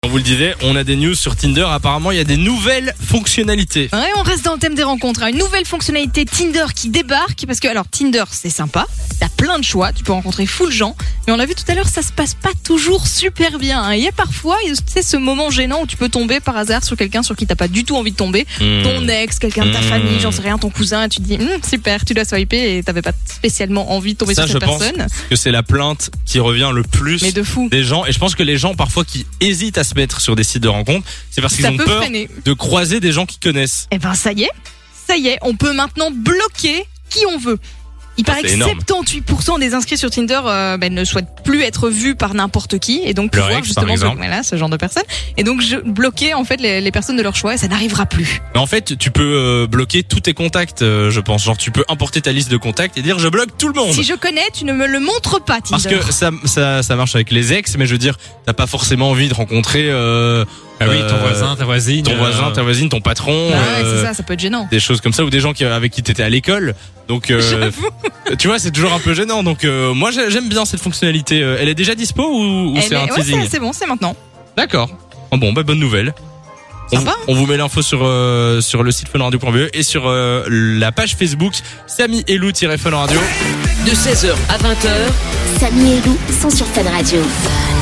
On vous le disait, on a des news sur Tinder. Apparemment, il y a des nouvelles fonctionnalités. Ouais, on reste dans le thème des rencontres. Une nouvelle fonctionnalité Tinder qui débarque. Parce que, alors, Tinder, c'est sympa. T'as plein de choix. Tu peux rencontrer full gens. Mais on l'a vu tout à l'heure, ça se passe pas toujours super bien. Il y a parfois, tu sais, ce moment gênant où tu peux tomber par hasard sur quelqu'un sur qui t'as pas du tout envie de tomber. Ton ex, quelqu'un de ta famille, j'en sais rien, ton cousin. Et tu te dis, super, tu dois swiper et t'avais pas spécialement envie de tomber sur cette personne. Je pense que c'est la plainte qui revient le plus Mais de fou. des gens. Et je pense que les gens, parfois, qui hésitent à se mettre sur des sites de rencontres, c'est parce qu'ils ont peur de croiser des gens qu'ils connaissent. Eh ben, ça y est, on peut maintenant bloquer qui on veut. Il paraît que 78% des inscrits sur Tinder ne souhaitent plus être vus par n'importe qui et donc pouvoir justement ce genre de personnes et donc bloquer en fait les personnes de leur choix et ça n'arrivera plus. Mais en fait, tu peux bloquer tous tes contacts, je pense. Genre, tu peux importer ta liste de contacts et dire je bloque tout le monde. Si je connais, tu ne me le montres pas, Tinder. Parce que ça marche avec les ex, mais je veux dire, t'as pas forcément envie de rencontrer. ton voisin, ta voisine. Ton voisin, ta voisine, ton patron. Ouais, c'est ça peut être gênant. Des choses comme ça, ou des gens avec qui t'étais à l'école. Donc, tu vois, c'est toujours un peu gênant. Donc, moi, j'aime bien cette fonctionnalité. Elle est déjà dispo ou c'est un teasing? C'est bon, c'est maintenant. D'accord. Oh bon, bonne nouvelle. On vous met l'info sur le site funradio.be et sur la page Facebook Samy et Lou-Fun Radio. De 16h à 20h, Samy et Lou sont sur Fun Radio.